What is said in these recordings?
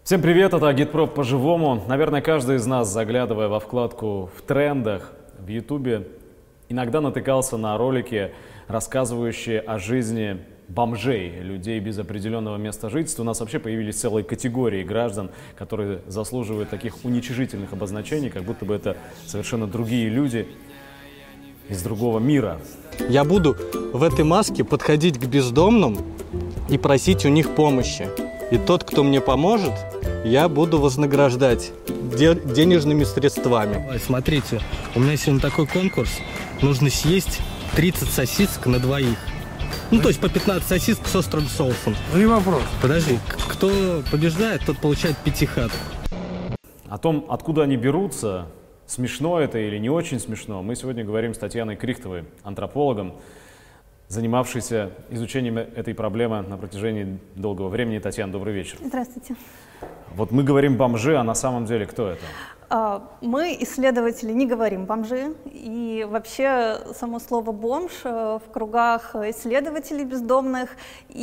Всем привет, это Агитпроп по-живому. Наверное, каждый из нас, заглядывая во вкладку в трендах в Ютубе, иногда натыкался на ролики, рассказывающие о жизни бомжей, людей без определенного места жительства. У нас вообще появились целые категории граждан, которые заслуживают таких уничижительных обозначений, как будто бы это совершенно другие люди из другого мира. Я буду в этой маске подходить к бездомным и просить у них помощи. И тот, кто мне поможет, я буду вознаграждать денежными средствами. Смотрите, у меня сегодня такой конкурс. Нужно съесть 30 сосисок на двоих. Ну, то есть по 15 сосисок с острым соусом. Ну, не вопрос. Подожди, кто побеждает, тот получает пятихатку. О том, откуда они берутся, смешно это или не очень смешно, мы сегодня говорим с Татьяной Крихтовой, антропологом, занимавшейся изучением этой проблемы на протяжении долгого времени. Татьяна, добрый вечер. Здравствуйте. Вот мы говорим бомжи, а на самом деле кто это? Мы, исследователи, не говорим бомжи. И вообще само слово «бомж» в кругах исследователей бездомных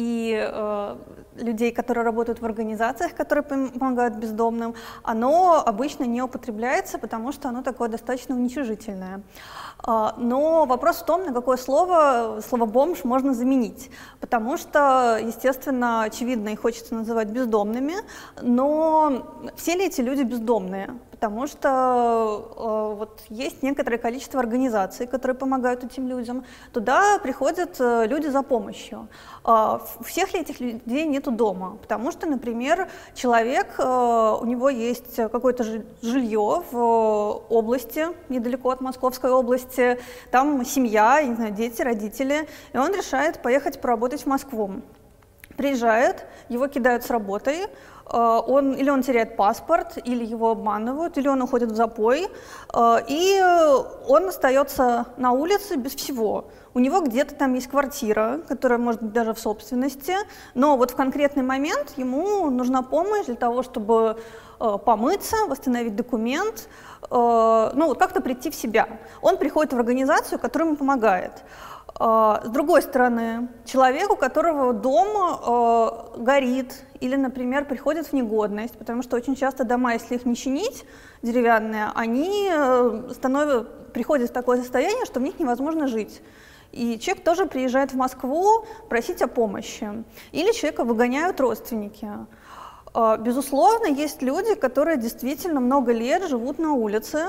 и людей, которые работают в организациях, которые помогают бездомным, оно обычно не употребляется, потому что оно такое достаточно уничижительное. Но вопрос в том, на какое слово «бомж» можно заменить. Потому что, естественно, очевидно, их хочется называть бездомными, но все ли эти люди бездомные? Потому что вот есть некоторое количество организаций, которые помогают этим людям. Туда приходят люди за помощью. У всех ли этих людей нету дома? Потому что, например, человек, у него есть какое-то жилье в области, недалеко от Московской области, там семья, не знаю, дети, родители, и он решает поехать поработать в Москву. Приезжает, его кидают с работой, он теряет паспорт, или его обманывают, или он уходит в запой, и он остается на улице без всего. У него где-то там есть квартира, которая может быть даже в собственности, но вот в конкретный момент ему нужна помощь для того, чтобы помыться, восстановить документ, как-то прийти в себя. Он приходит в организацию, которая ему помогает. С другой стороны, человек, у которого дом горит или, например, приходит в негодность, потому что очень часто дома, если их не чинить, деревянные, они приходят в такое состояние, что в них невозможно жить. И человек тоже приезжает в Москву просить о помощи. Или человека выгоняют родственники. Безусловно, есть люди, которые действительно много лет живут на улице,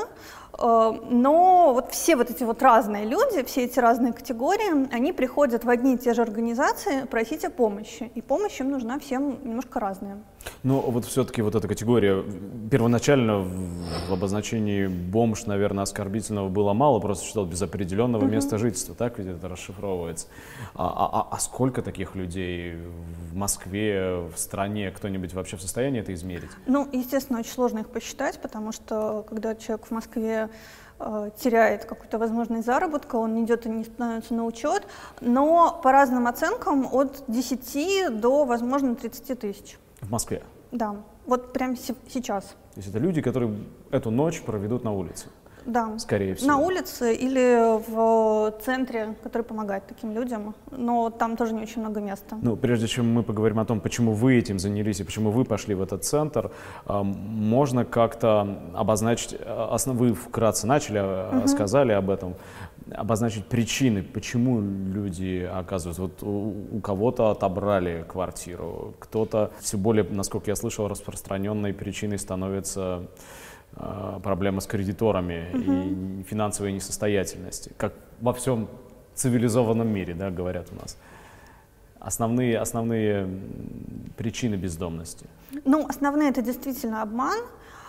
но вот все вот эти вот разные люди, все эти разные категории, они приходят в одни и те же организации просить о помощи, и помощь им нужна всем немножко разная. Ну, вот все-таки вот эта категория, первоначально в обозначении бомж, наверное, оскорбительного было мало, просто считал без определенного места жительства, так ведь это расшифровывается. А сколько таких людей в Москве, в стране, кто-нибудь вообще в состоянии это измерить? Ну, естественно, очень сложно их посчитать, потому что когда человек в Москве теряет какую-то возможность заработка, он идет и не становится на учет, но по разным оценкам от 10 до, возможно, 30 тысяч. В Москве? Да, вот прямо сейчас. То есть это люди, которые эту ночь проведут на улице? Да, скорее всего. На улице или в центре, который помогает таким людям, но там тоже не очень много места. Ну, прежде чем мы поговорим о том, почему вы этим занялись и почему вы пошли в этот центр, можно как-то обозначить, вы вкратце начали, сказали об этом, обозначить причины, почему люди оказываются. Вот у кого-то отобрали квартиру, кто-то, все более, насколько я слышал, распространенной причиной становится проблема с кредиторами и финансовой несостоятельности, как во всем цивилизованном мире, да, говорят у нас. Основные причины бездомности. Ну, основные — это действительно обман.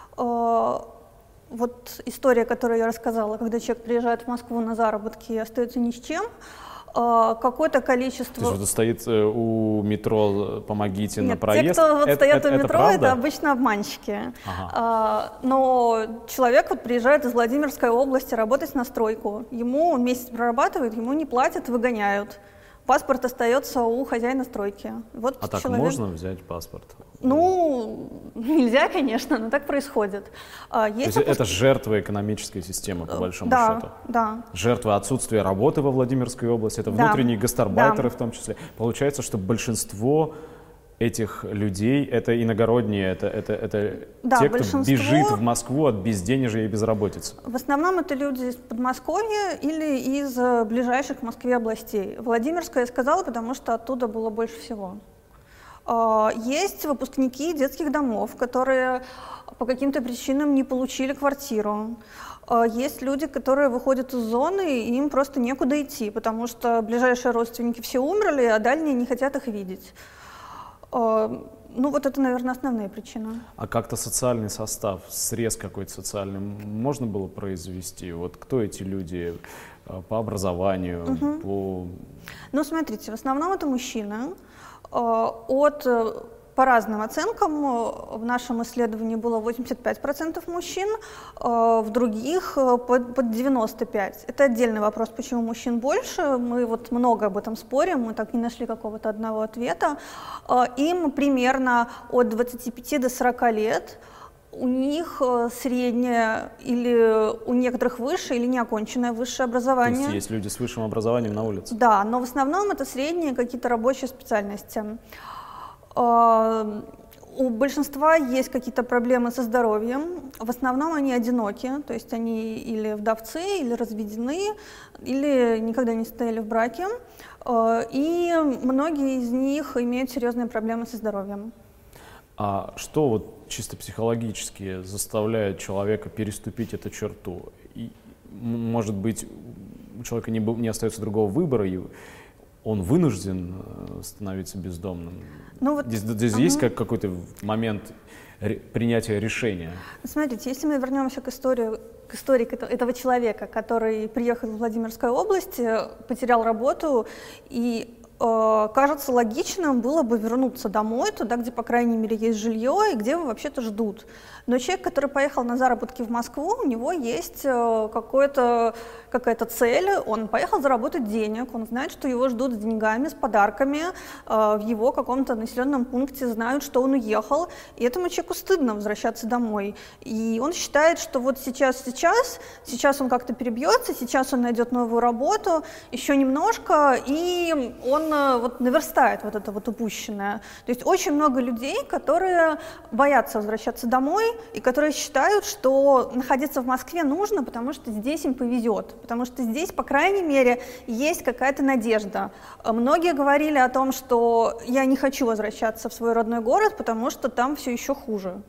Вот история, которую я рассказала, когда человек приезжает в Москву на заработки и остается ни с чем, какое-то количество... То есть вот стоит у метро «Помогите на проезд». Те, кто вот стоят у метро, правда? это обычно обманщики. Ага. Но человек вот приезжает из Владимирской области работать на стройку. Ему месяц прорабатывает, ему не платят, выгоняют. Паспорт остается у хозяина стройки. Вот а так человек... можно взять паспорт? Ну, нельзя, конечно, но так происходит. То есть это жертва экономической системы, по большому счету? Да. Жертва отсутствия работы во Владимирской области, это внутренние гастарбайтеры в том числе. Получается, что большинство этих людей это иногородние, это Да, те, кто бежит в Москву от безденежья и безработицы? В основном это люди из Подмосковья или из ближайших к Москве областей. Владимирская я сказала, потому что оттуда было больше всего. Есть выпускники детских домов, которые по каким-то причинам не получили квартиру. Есть люди, которые выходят из зоны, и им просто некуда идти, потому что ближайшие родственники все умерли, а дальние не хотят их видеть. Ну, вот это, наверное, основные причины. А как-то социальный состав, срез какой-то социальный можно было произвести? Вот кто эти люди по образованию, по... Ну, смотрите, в основном это мужчины. По разным оценкам, в нашем исследовании было 85% мужчин, в других под 95%. Это отдельный вопрос, почему мужчин больше. Мы вот много об этом спорим, мы так не нашли какого-то одного ответа. Им примерно от 25 до 40 лет. У них среднее или у некоторых высшее или неоконченное высшее образование. То есть люди с высшим образованием на улице? Да, но в основном это средние какие-то рабочие специальности. У большинства есть какие-то проблемы со здоровьем, в основном они одиноки, то есть они или вдовцы, или разведены, или никогда не состояли в браке, и многие из них имеют серьезные проблемы со здоровьем. А что вот чисто психологически заставляет человека переступить эту черту? И, может быть, у человека не остается другого выбора, и он вынужден становиться бездомным? Ну, вот, здесь есть какой-то момент принятия решения? Смотрите, если мы вернемся к истории этого человека, который приехал в Владимирскую область, потерял работу, и кажется, логичным было бы вернуться домой, туда, где, по крайней мере, есть жилье и где его вообще-то ждут. Но человек, который поехал на заработки в Москву, у него есть какая-то цель, он поехал заработать денег, он знает, что его ждут с деньгами, с подарками, в его каком-то населенном пункте знают, что он уехал, и этому человеку стыдно возвращаться домой. И он считает, что вот сейчас он как-то перебьется, сейчас он найдет новую работу, еще немножко, и он вот наверстает вот это вот упущенное. То есть очень много людей, которые боятся возвращаться домой, и которые считают, что находиться в Москве нужно, потому что здесь им повезет, потому что здесь, по крайней мере, есть какая-то надежда. Многие говорили о том, что я не хочу возвращаться в свой родной город, потому что там все еще хуже.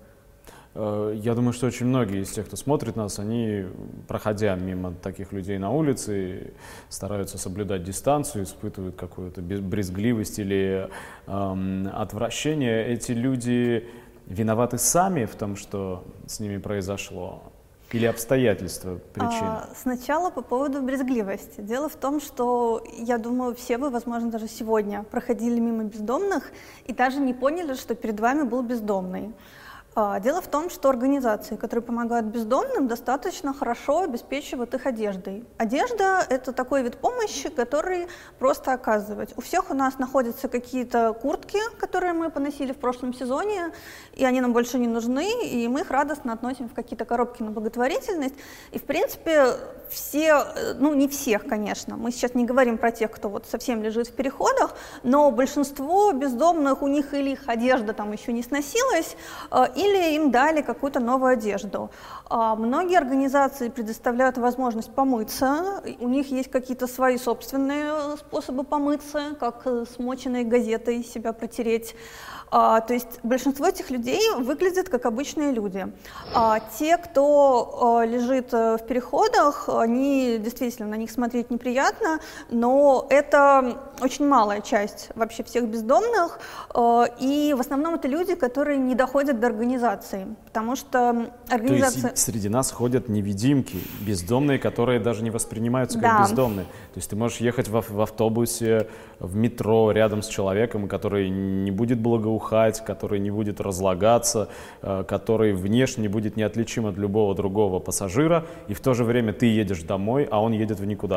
Я думаю, что очень многие из тех, кто смотрит нас, они, проходя мимо таких людей на улице, стараются соблюдать дистанцию, испытывают какую-то брезгливость или отвращение. Эти люди виноваты сами в том, что с ними произошло? Или обстоятельства, причины? Сначала по поводу брезгливости. Дело в том, что, я думаю, все вы, возможно, даже сегодня проходили мимо бездомных и даже не поняли, что перед вами был бездомный. Дело в том, что организации, которые помогают бездомным, достаточно хорошо обеспечивают их одеждой. Одежда – это такой вид помощи, который просто оказывать. У всех у нас находятся какие-то куртки, которые мы поносили в прошлом сезоне, и они нам больше не нужны, и мы их радостно относим в какие-то коробки на благотворительность. И, в принципе, все, ну не всех, конечно, мы сейчас не говорим про тех, кто вот совсем лежит в переходах, но большинство бездомных, у них или их одежда там еще не сносилась, или им дали какую-то новую одежду. Многие организации предоставляют возможность помыться, у них есть какие-то свои собственные способы помыться, как смоченной газетой себя протереть. То есть большинство этих людей выглядят как обычные люди. Те, кто лежит в переходах, они действительно, на них смотреть неприятно, но это очень малая часть вообще всех бездомных, и в основном это люди, которые не доходят до организации, потому что организация... То есть среди нас ходят невидимки, бездомные, которые даже не воспринимаются как бездомные. То есть ты можешь ехать в автобусе, в метро рядом с человеком, который не будет благоухать, который не будет разлагаться, который внешне будет неотличим от любого другого пассажира, и в то же время ты едешь домой, а он едет в никуда.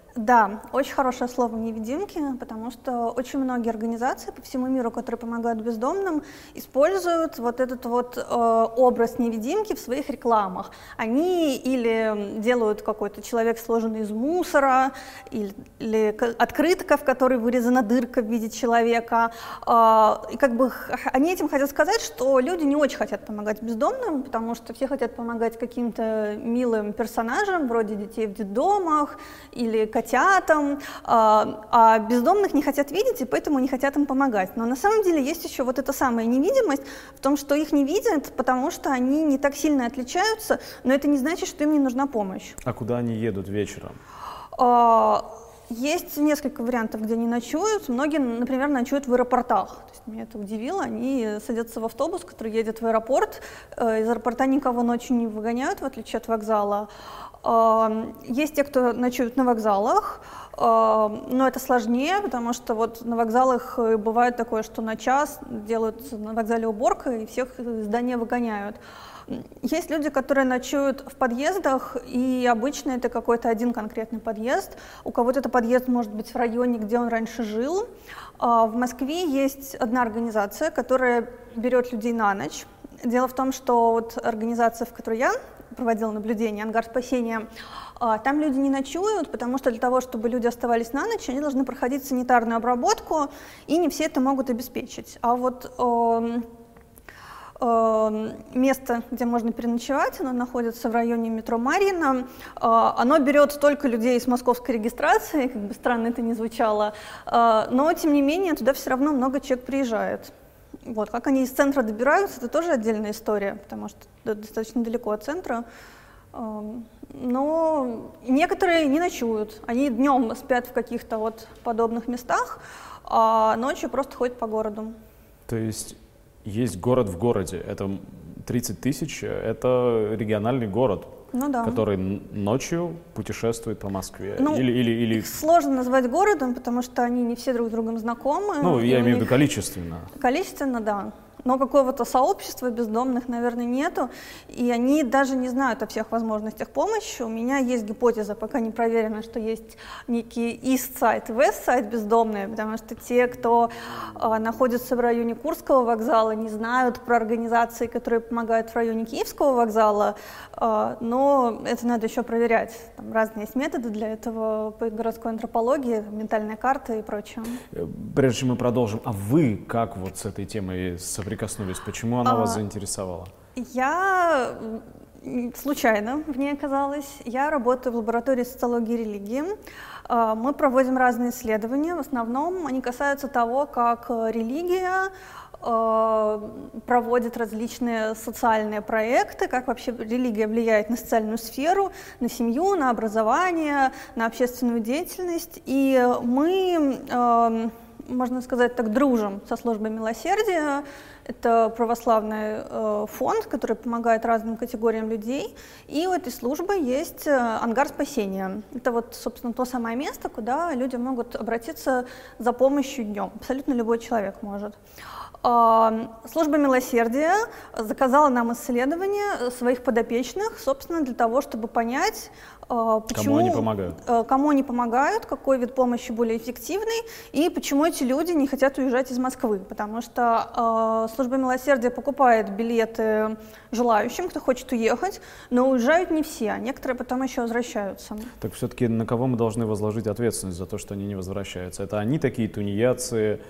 Да, очень хорошее слово «невидимки», потому что очень многие организации по всему миру, которые помогают бездомным, используют вот этот вот образ невидимки в своих рекламах. Они или делают какой-то человек, сложенный из мусора, или открытка, в которой вырезана дырка в виде человека. И как бы они этим хотят сказать, что люди не очень хотят помогать бездомным, потому что все хотят помогать каким-то милым персонажам, вроде детей в детдомах или котятам, а бездомных не хотят видеть, и поэтому не хотят им помогать. Но на самом деле есть еще вот эта самая невидимость в том, что их не видят, потому что они не так сильно отличаются, но это не значит, что им не нужна помощь. А куда они едут вечером? Есть несколько вариантов, где они ночуют. Многие, например, ночуют в аэропортах. То есть меня это удивило. Они садятся в автобус, который едет в аэропорт. Из аэропорта никого ночью не выгоняют, в отличие от вокзала. Есть те, кто ночуют на вокзалах, но это сложнее, потому что вот на вокзалах бывает такое, что на час делают на вокзале уборка и всех из здания выгоняют. Есть люди, которые ночуют в подъездах, и обычно это какой-то один конкретный подъезд. У кого-то это подъезд может быть в районе, где он раньше жил. В Москве есть одна организация, которая берет людей на ночь. Дело в том, что вот организация, в которой я проводила наблюдение, «Ангар спасения», там люди не ночуют, потому что для того, чтобы люди оставались на ночь, они должны проходить санитарную обработку, и не все это могут обеспечить. А вот место, где можно переночевать, оно находится в районе метро Марьино. Оно берет только людей с московской регистрацией, как бы странно это ни звучало, но тем не менее туда все равно много человек приезжает. Вот. Как они из центра добираются, это тоже отдельная история, потому что достаточно далеко от центра. Но некоторые не ночуют, они днем спят в каких-то вот подобных местах, а ночью просто ходят по городу. То есть есть город в городе, это 30 тысяч, это региональный город, ну, да, который ночью путешествует по Москве. Ну, или... Их сложно назвать городом, потому что они не все друг с другом знакомы. Ну, я имею в виду количественно. Количественно, да. Но какого-то сообщества бездомных, наверное, нету, и они даже не знают о всех возможностях помощи. У меня есть гипотеза, пока не проверено, что есть некий East-сайт и West-сайт бездомные, потому что те, кто находится в районе Курского вокзала, не знают про организации, которые помогают в районе Киевского вокзала, но это надо еще проверять. Там разные есть методы для этого по городской антропологии, ментальная карта и прочее. Прежде чем мы продолжим, а вы как вот с этой темой соприкоснулись? Почему она вас заинтересовала? Я случайно в ней оказалась. Я работаю в лаборатории социологии и религии. Мы проводим разные исследования. В основном они касаются того, как религия проводит различные социальные проекты, как вообще религия влияет на социальную сферу, на семью, на образование, на общественную деятельность. И мы, можно сказать так, дружим со службой милосердия. Это православный фонд, который помогает разным категориям людей. И у этой службы есть ангар спасения. Это вот, собственно, то самое место, куда люди могут обратиться за помощью днем. Абсолютно любой человек может. Служба милосердия заказала нам исследование своих подопечных, собственно, для того, чтобы понять, почему, кому они помогают, какой вид помощи более эффективный и почему эти люди не хотят уезжать из Москвы. Потому что служба милосердия покупает билеты желающим, кто хочет уехать, но уезжают не все, а некоторые потом еще возвращаются. Так все-таки на кого мы должны возложить ответственность за то, что они не возвращаются? Это они такие тунеядцы,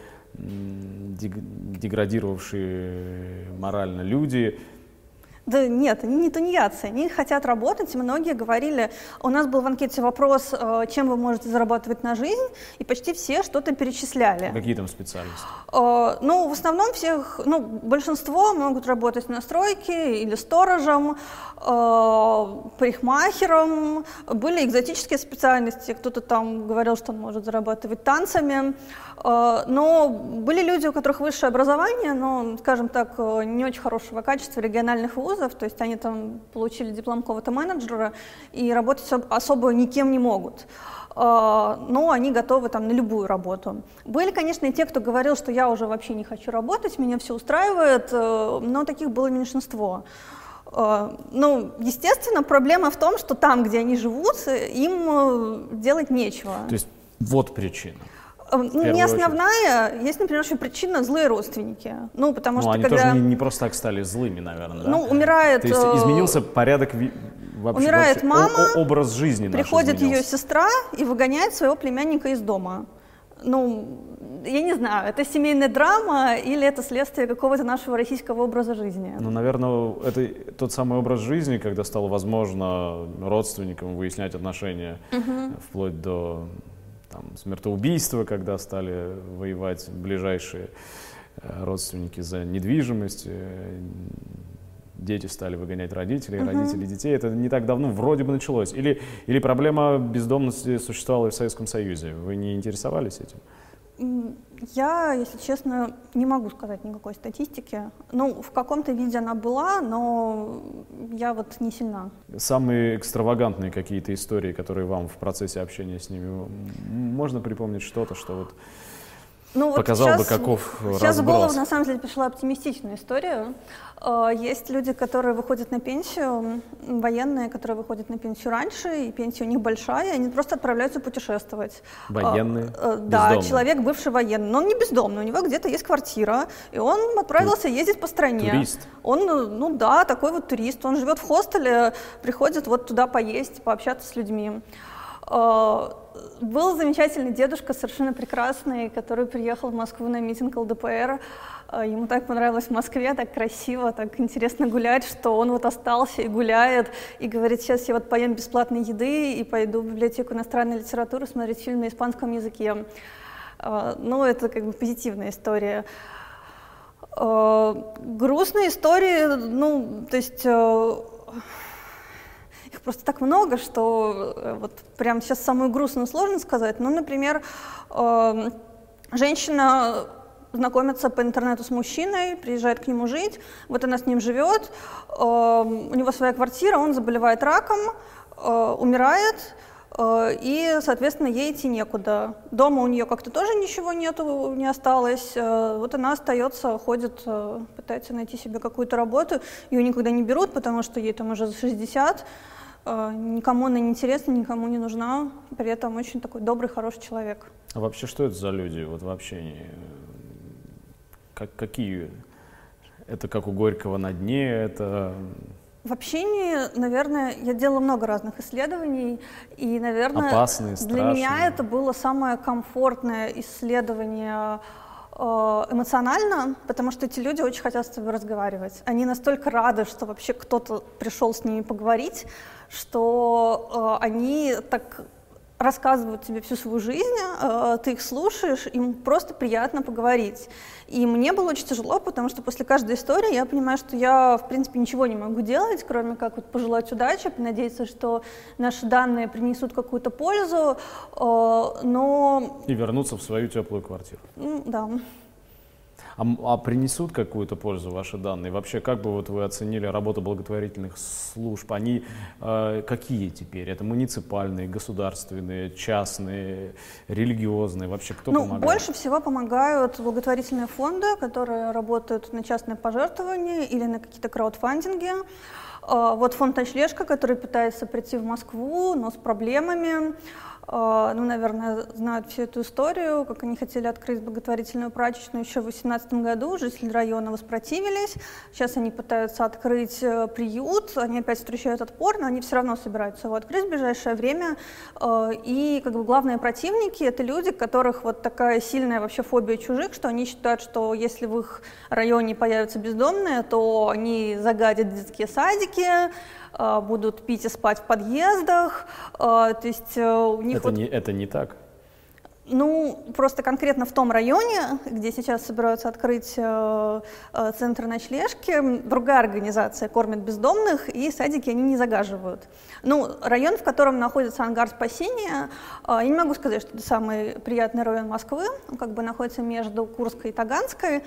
деградировавшие морально люди? Да нет, они не тунеядцы, они хотят работать, и многие говорили, у нас был в анкете вопрос, чем вы можете зарабатывать на жизнь, и почти все что-то перечисляли. Какие там специальности? Ну, в основном большинство могут работать на стройке или сторожем, парикмахером, были экзотические специальности, кто-то там говорил, что он может зарабатывать танцами, но были люди, у которых высшее образование, но, скажем так, не очень хорошего качества, региональных вузов, то есть они там получили диплом какого-то менеджера и работать особо никем не могут. Но они готовы там на любую работу. Были, конечно, и те, кто говорил, что я уже вообще не хочу работать, меня все устраивает, но таких было меньшинство. Ну, естественно, проблема в том, что там, где они живут, им делать нечего. То есть вот причина. Не основная, есть, например, еще причина злые родственники. Ну, потому что они когда... тоже не просто так стали злыми, наверное, да? Ну, умирает... То есть изменился порядок, умирает мама, образ жизни наш приходит изменился. ее сестра и выгоняет своего племянника из дома. Ну, я не знаю, это семейная драма или это следствие какого-то нашего российского образа жизни? Ну, наверное, это тот самый образ жизни, когда стало возможно родственникам выяснять отношения вплоть до смертоубийства, когда стали воевать ближайшие родственники за недвижимость, дети стали выгонять родителей, родители детей. Это не так давно вроде бы началось. Или проблема бездомности существовала и в Советском Союзе? Вы не интересовались этим? Я, если честно, не могу сказать никакой статистики. Ну, в каком-то виде она была, но я вот не сильна. Самые экстравагантные какие-то истории, которые вам в процессе общения с ними, можно припомнить что-то, что вот показал бы, каков разброс? Сейчас в голову, на самом деле, пришла оптимистичная история. Есть люди, которые выходят на пенсию, военные, которые выходят на пенсию раньше, и пенсия у них большая, и они просто отправляются путешествовать. Военные? Да, бездомные. Человек бывший военный, но он не бездомный, у него где-то есть квартира, и он отправился ездить по стране. Турист? Он, ну да, такой вот турист, он живет в хостеле, приходит вот туда поесть, пообщаться с людьми. Был замечательный дедушка, совершенно прекрасный, который приехал в Москву на митинг ЛДПР. Ему так понравилось в Москве, так красиво, так интересно гулять, что он вот остался и гуляет, и говорит: сейчас я вот поем бесплатной еды и пойду в библиотеку иностранной литературы смотреть фильм на испанском языке. Ну, это как бы позитивная история. Грустные истории, ну, то есть... Их просто так много, что вот прямо сейчас самую грустную сложно сказать. Ну, например, женщина знакомится по интернету с мужчиной, приезжает к нему жить, вот она с ним живет, у него своя квартира, он заболевает раком, умирает, и, соответственно, ей идти некуда. Дома у нее как-то тоже ничего нету, не осталось. Вот она остается, ходит, пытается найти себе какую-то работу. Ее никогда не берут, потому что ей там уже за 60. Никому она не интересна, никому не нужна. При этом очень такой добрый, хороший человек. А вообще, что это за люди? Вот вообще, какие? Это как у Горького на дне? Это... В общении, наверное, я делала много разных исследований, и, наверное, опасные, для меня это было самое комфортное исследование эмоционально, потому что эти люди очень хотят с тобой разговаривать. Они настолько рады, что вообще кто-то пришел с ними поговорить, что они так рассказывают тебе всю свою жизнь, ты их слушаешь, им просто приятно поговорить. И мне было очень тяжело, потому что после каждой истории я понимаю, что я, в принципе, ничего не могу делать, кроме как вот пожелать удачи, надеяться, что наши данные принесут какую-то пользу, но... И вернуться в свою теплую квартиру. Да. А принесут какую-то пользу ваши данные? Вообще, как бы вот вы оценили работу благотворительных служб? Они какие теперь? Это муниципальные, государственные, частные, религиозные? Вообще, кто помогает? Больше всего помогают благотворительные фонды, которые работают на частное пожертвование или на какие-то краудфандинги. Вот фонд «Ночлежка», который пытается прийти в Москву, но с проблемами. Ну, наверное, знают всю эту историю, как они хотели открыть благотворительную прачечную еще в 2018 году, жители района воспротивились, сейчас они пытаются открыть приют, они опять встречают отпор, но они все равно собираются его открыть в ближайшее время, и как бы главные противники — это люди, у которых вот такая сильная вообще фобия чужих, что они считают, что если в их районе появятся бездомные, то они загадят детские садики, будут пить и спать в подъездах, то есть у них это не так? Ну, просто конкретно в том районе, где сейчас собираются открыть центр ночлежки, другая организация кормит бездомных, и садики они не загаживают. Ну, район, в котором находится ангар спасения, я не могу сказать, что это самый приятный район Москвы, он как бы находится между Курской и Таганской,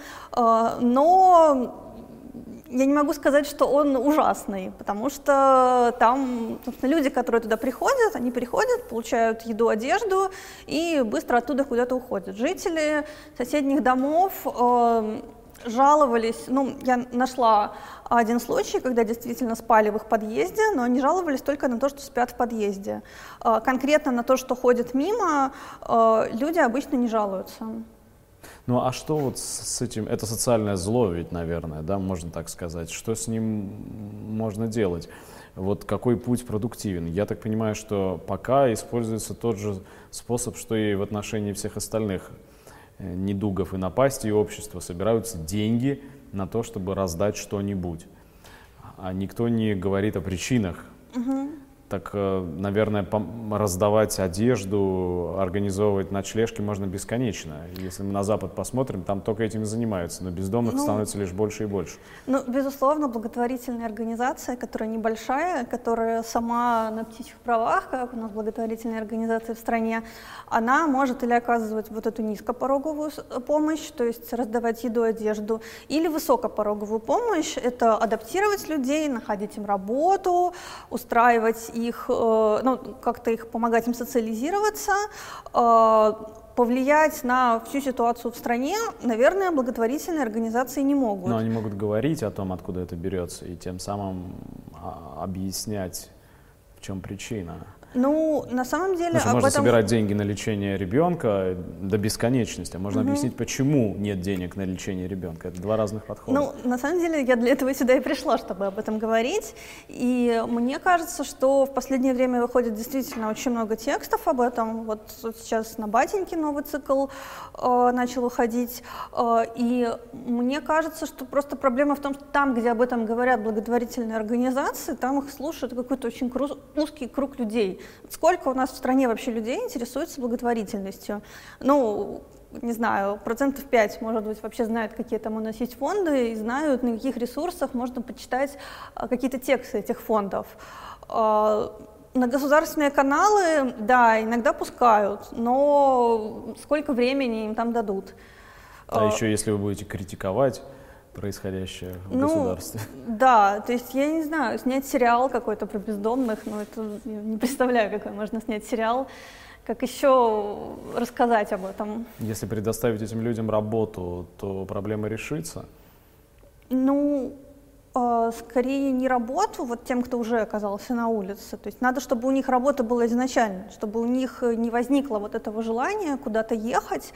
но... Я не могу сказать, что он ужасный, потому что там, собственно, люди, которые туда приходят, они приходят, получают еду, одежду и быстро оттуда куда-то уходят. Жители соседних домов жаловались, ну, я нашла один случай, когда действительно спали в их подъезде, но они жаловались только на то, что спят в подъезде. Конкретно на то, что ходят мимо, люди обычно не жалуются. Ну а что вот с этим, это социальное зло ведь, наверное, да, можно так сказать, что с ним можно делать? Вот какой путь продуктивен? Я так понимаю, что пока используется тот же способ, что и в отношении всех остальных недугов и напастей общества. Собираются деньги на то, чтобы раздать что-нибудь. А никто не говорит о причинах. Так, наверное, раздавать одежду, организовывать ночлежки можно бесконечно. Если мы на Запад посмотрим, там только этим и занимаются, но бездомных становится лишь больше и больше. Ну, безусловно, благотворительная организация, которая небольшая, которая сама на птичьих правах, как у нас благотворительные организации в стране, она может или оказывать вот эту низкопороговую помощь, то есть раздавать еду, одежду, или высокопороговую помощь, это адаптировать людей, находить им работу, устраивать их, ну, как-то их помогать им социализироваться, повлиять на всю ситуацию в стране, наверное, благотворительные организации не могут. Но они могут говорить о том, откуда это берется, и тем самым объяснять, в чем причина. Ну, на самом деле... Можно собирать деньги на лечение ребенка до бесконечности. Можно объяснить, почему нет денег на лечение ребенка. Это два разных подхода. Ну, на самом деле, я для этого сюда и пришла, чтобы об этом говорить. И мне кажется, что в последнее время выходит действительно очень много текстов об этом. Вот сейчас на Батеньке новый цикл начал выходить. И мне кажется, что просто проблема в том, что там, где об этом говорят благотворительные организации, там их слушает какой-то очень узкий круг людей. Сколько у нас в стране вообще людей интересуется благотворительностью? Ну, не знаю, 5%, может быть, вообще знают, какие там у нас есть фонды, и знают, на каких ресурсах можно почитать какие-то тексты этих фондов. На государственные каналы, да, иногда пускают, но сколько времени им там дадут? А еще если вы будете критиковать происходящее в государстве. Да, то есть я не знаю, снять сериал какой-то про бездомных, но это я не представляю, какой можно снять сериал, как еще рассказать об этом. Если предоставить этим людям работу, то проблема решится? Ну, скорее не работу, вот тем, кто уже оказался на улице. То есть надо, чтобы у них работа была изначально, чтобы у них не возникло вот этого желания куда-то ехать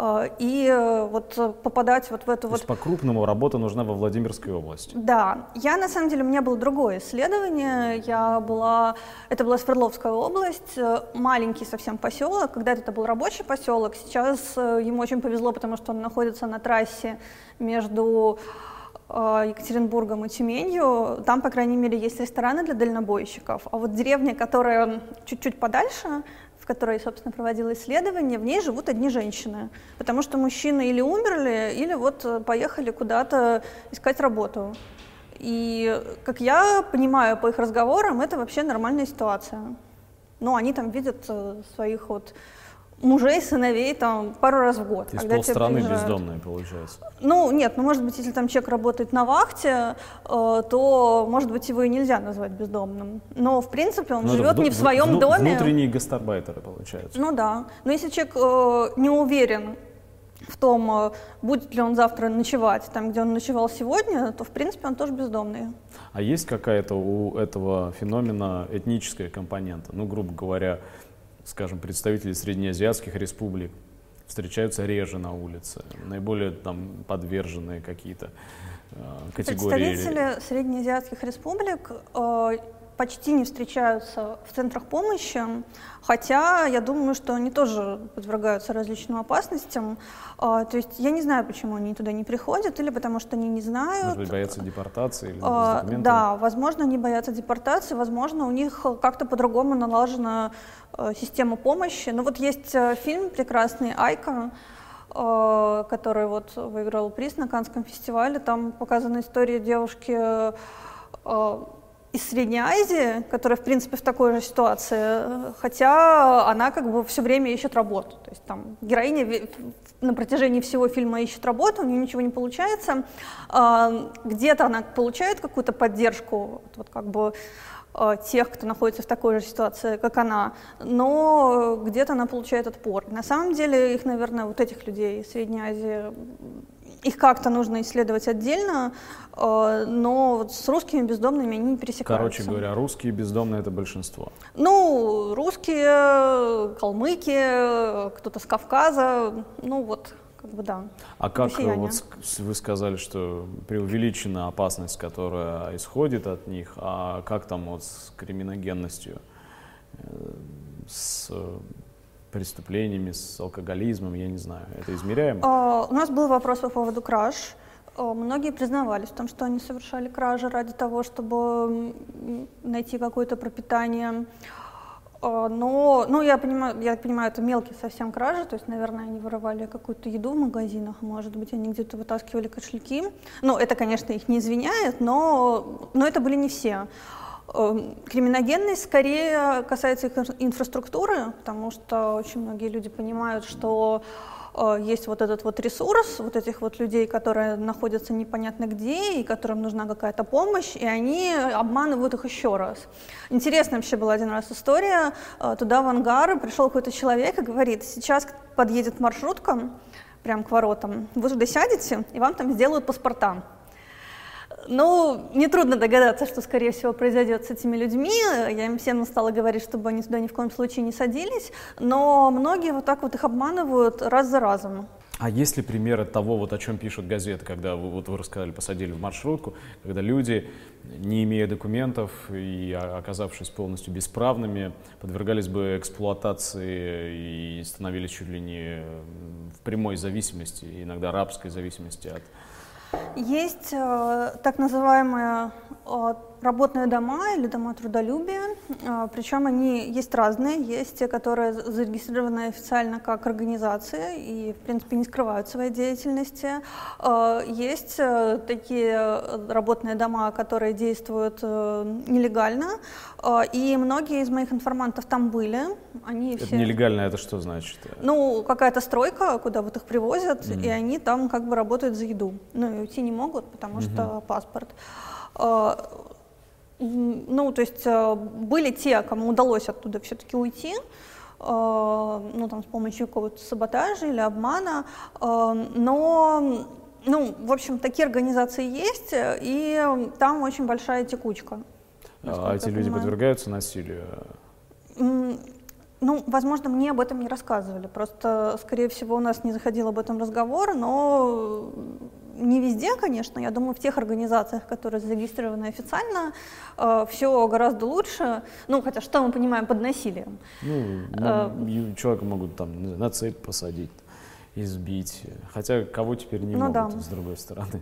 и вот попадать вот в эту вот... То есть по-крупному работа нужна во Владимирской области? Да. Я, на самом деле, у меня было другое исследование. Это была Свердловская область, маленький совсем поселок. Когда-то это был рабочий поселок, сейчас ему очень повезло, потому что он находится на трассе между Екатеринбургом и Тюменью. Там, по крайней мере, есть рестораны для дальнобойщиков. А вот деревня, которая чуть-чуть подальше, в которой, собственно, проводила исследование, в ней живут одни женщины. Потому что мужчины или умерли, или вот поехали куда-то искать работу. И, как я понимаю по их разговорам, это вообще нормальная ситуация. Но они там видят своих вот мужей, сыновей там пару раз в год. То есть полстраны бездомные, получается? Ну, нет, может быть, если там человек работает на вахте, то, может быть, его и нельзя назвать бездомным. Но, в принципе, он живет не в своем доме. Внутренние гастарбайтеры, получается. Ну да. Но если человек не уверен в том, будет ли он завтра ночевать там, где он ночевал сегодня, то, в принципе, он тоже бездомный. А есть какая-то у этого феномена этническая компонента? Ну, грубо говоря, скажем, представители среднеазиатских республик встречаются реже на улице, наиболее там подверженные какие-то категории. Представители среднеазиатских республик почти не встречаются в центрах помощи, хотя я думаю, что они тоже подвергаются различным опасностям. То есть я не знаю, почему они туда не приходят, или потому что они не знают. Может быть, боятся депортации или с документами? Да, возможно, они боятся депортации, возможно, у них как-то по-другому налажена система помощи. Ну вот есть фильм прекрасный «Айка», который вот выиграл приз на Каннском фестивале. Там показана история девушки из Средней Азии, которая, в принципе, в такой же ситуации, хотя она как бы все время ищет работу. То есть там героиня на протяжении всего фильма ищет работу, у нее ничего не получается. Где-то она получает какую-то поддержку, вот как бы тех, кто находится в такой же ситуации, как она, но где-то она получает отпор. На самом деле их, наверное, вот этих людей из Средней Азии их как-то нужно исследовать отдельно, но вот с русскими бездомными они не пересекаются. Короче говоря, русские бездомные — это большинство. Ну, русские, калмыки, кто-то с Кавказа, ну вот, как бы да. А как россияне. вот вы сказали, что преувеличена опасность, которая исходит от них, а как там вот с криминогенностью, с преступлениями, с алкоголизмом, я не знаю, это измеряемо? У нас был вопрос по поводу краж. Многие признавались в том, что они совершали кражи ради того, чтобы найти какое-то пропитание. Но ну, я понимаю, это мелкие совсем кражи, то есть, наверное, они воровали какую-то еду в магазинах, может быть, они где-то вытаскивали кошельки. Ну, это, конечно, их не извиняет, но это были не все. Криминогенность скорее касается их инфраструктуры, потому что очень многие люди понимают, что есть вот этот вот ресурс, вот этих вот людей, которые находятся непонятно где, и которым нужна какая-то помощь, и они обманывают их еще раз. Интересная вообще была один раз история. Туда в ангар пришел какой-то человек и говорит: сейчас подъедет маршрутка прямо к воротам, вы туда сядете, и вам там сделают паспорта. Ну, нетрудно догадаться, что, скорее всего, произойдет с этими людьми. Я им всем стала говорить, чтобы они туда ни в коем случае не садились, но многие вот так вот их обманывают раз за разом. А есть ли примеры того, вот о чем пишут газеты, когда вы рассказали, посадили в маршрутку, когда люди, не имея документов и оказавшись полностью бесправными, подвергались бы эксплуатации и становились чуть ли не в прямой зависимости, иногда рабской зависимости от... Есть так называемые работные дома или дома трудолюбия, причем они есть разные, есть те, которые зарегистрированы официально как организации и, в принципе, не скрывают своей деятельности. Есть такие работные дома, которые действуют нелегально, и многие из моих информантов там были. Они Это все... нелегально, это что значит? Ну, какая-то стройка, куда вот их привозят, и они там как бы работают за еду. Ну, и уйти не могут, потому что паспорт. Ну, то есть были те, кому удалось оттуда все-таки уйти, ну, там, с помощью какого-то саботажа или обмана, но, ну, в общем, такие организации есть, и там очень большая текучка. А эти люди подвергаются насилию? Ну, возможно, мне об этом не рассказывали, просто, скорее всего, у нас не заходил об этом разговор, но не везде, конечно, я думаю, в тех организациях, которые зарегистрированы официально, все гораздо лучше, ну, хотя что мы понимаем под насилием? Ну, человека могут там на цепь посадить, избить, хотя кого теперь не могут, да, с другой стороны.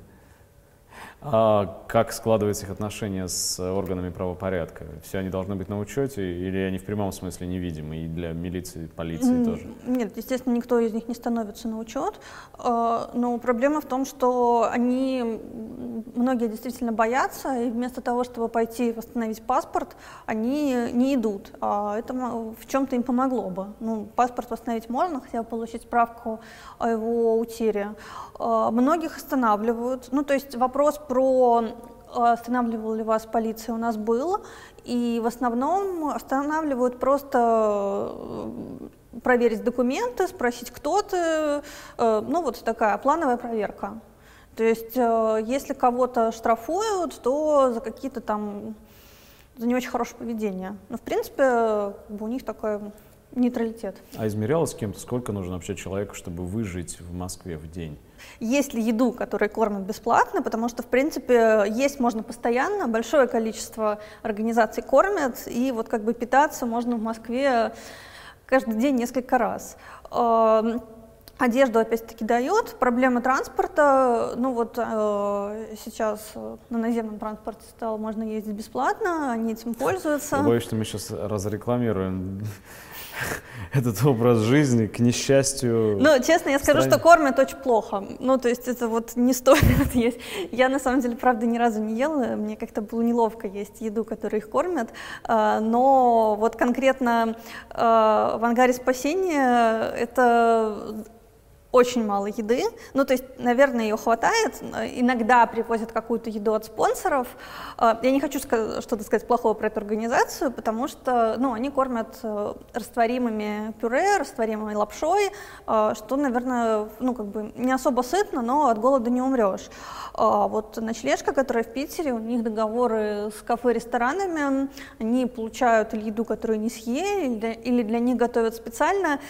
А как складываются их отношения с органами правопорядка? Все они должны быть на учете или они в прямом смысле невидимы и для милиции, полиции тоже? Нет, естественно, никто из них не становится на учет, но проблема в том, что многие действительно боятся, и вместо того, чтобы пойти восстановить паспорт, они не идут. А это в чем-то им помогло бы. Ну, паспорт восстановить можно, хотя бы получить справку о его утере. Многих останавливают. Ну, то есть вопрос про останавливала ли вас полиция у нас был, и в основном останавливают просто проверить документы, спросить, кто ты, ну вот такая плановая проверка. То есть если кого-то штрафуют, то за какие-то там, за не очень хорошее поведение. Но в принципе у них такой нейтралитет. А измерялось с кем-то, сколько нужно вообще человеку, чтобы выжить в Москве в день? Есть ли еду, которую кормят бесплатно, потому что, в принципе, есть можно постоянно, большое количество организаций кормят, и вот как бы питаться можно в Москве каждый день несколько раз. Одежду, опять-таки, дает. Проблема транспорта, ну вот сейчас на наземном транспорте можно ездить бесплатно, они этим пользуются. Я боюсь, что мы сейчас разрекламируем этот образ жизни, к несчастью. Ну, честно, я скажу, что кормят очень плохо. Ну, то есть это вот не стоит есть. Я, на самом деле, правда, ни разу не ела. Мне как-то было неловко есть еду, которую их кормят. Но вот конкретно в ангаре спасения это очень мало еды, ну, то есть, наверное, ее хватает, иногда привозят какую-то еду от спонсоров. Я не хочу что-то сказать плохого про эту организацию, потому что, ну, они кормят растворимыми пюре, растворимой лапшой, что, наверное, ну, как бы не особо сытно, но от голода не умрешь. Вот ночлежка, которая в Питере, у них договоры с кафе-ресторанами, они получают еду, которую не съели, или для них готовят специально,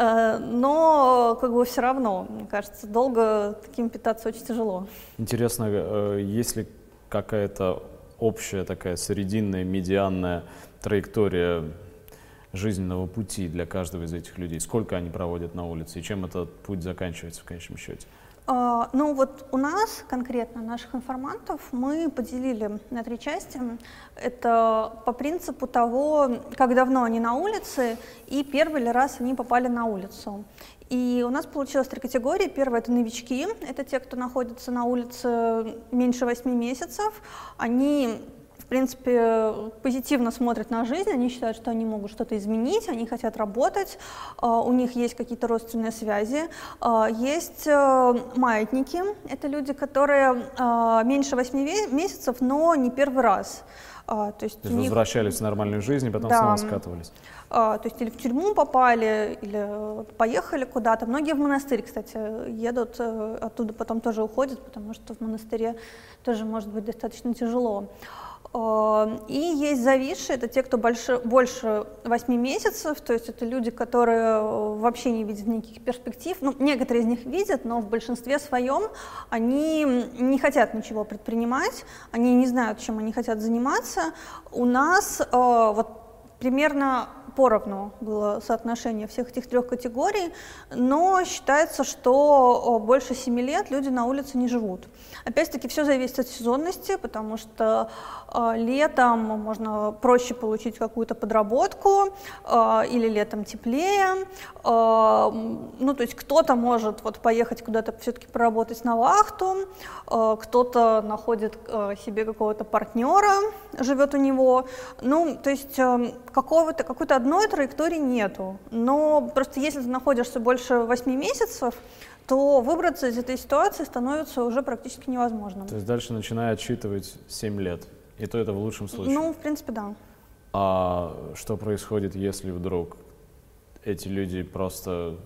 но как бы все равно, мне кажется, долго таким питаться очень тяжело. Интересно, есть ли какая-то общая такая срединная, медианная траектория жизненного пути для каждого из этих людей? Сколько они проводят на улице и чем этот путь заканчивается в конечном счете? Ну вот у нас, конкретно наших информантов, мы поделили на 3 части. Это по принципу того, как давно они на улице и первый ли раз они попали на улицу. И у нас получилось 3 категории. Первая — это новички, это те, кто находится на улице меньше 8 месяцев. Они, в принципе, позитивно смотрят на жизнь, они считают, что они могут что-то изменить, они хотят работать, у них есть какие-то родственные связи. Есть маятники, это люди, которые меньше 8 месяцев, но не первый раз. То есть возвращались в нормальную жизнь и потом снова скатывались. То есть или в тюрьму попали, или поехали куда-то. Многие в монастырь, кстати, едут, оттуда потом тоже уходят, потому что в монастыре тоже может быть достаточно тяжело. И есть зависшие, это те, кто больше 8 месяцев, то есть это люди, которые вообще не видят никаких перспектив. Ну, некоторые из них видят, но в большинстве своем они не хотят ничего предпринимать, они не знают, чем они хотят заниматься. У нас вот примерно поровну было соотношение всех этих 3 категорий, но считается, что больше 7 лет люди на улице не живут. Опять-таки все зависит от сезонности, потому что летом можно проще получить какую-то подработку, или летом теплее. Ну, то есть кто-то может вот поехать куда-то все-таки поработать на вахту, кто-то находит себе какого-то партнера, живет у него. Ну, то есть какой-то одной траектории нету. Но просто если ты находишься больше 8 месяцев, то выбраться из этой ситуации становится уже практически невозможным. То есть дальше начиная отсчитывать 7 лет. И то это в лучшем случае. Ну, в принципе, да. А что происходит, если вдруг эти люди просто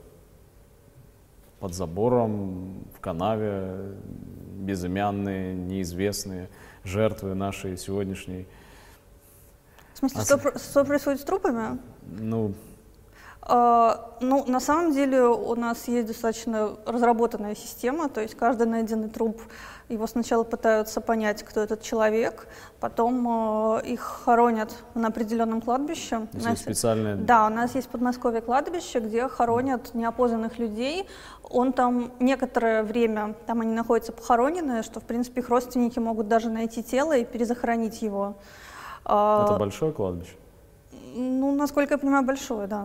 под забором, в канаве, безымянные, неизвестные, жертвы нашей сегодняшней? В смысле, что происходит с трупами? Ну, на самом деле у нас есть достаточно разработанная система, то есть каждый найденный труп, его сначала пытаются понять, кто этот человек, потом их хоронят на определенном кладбище. Есть специальное... Да, у нас есть в Подмосковье кладбище, где хоронят неопознанных людей. Он там некоторое время, там они находятся похоронены, что, в принципе, их родственники могут даже найти тело и перезахоронить его. Это большое кладбище? Ну, насколько я понимаю, большое, да.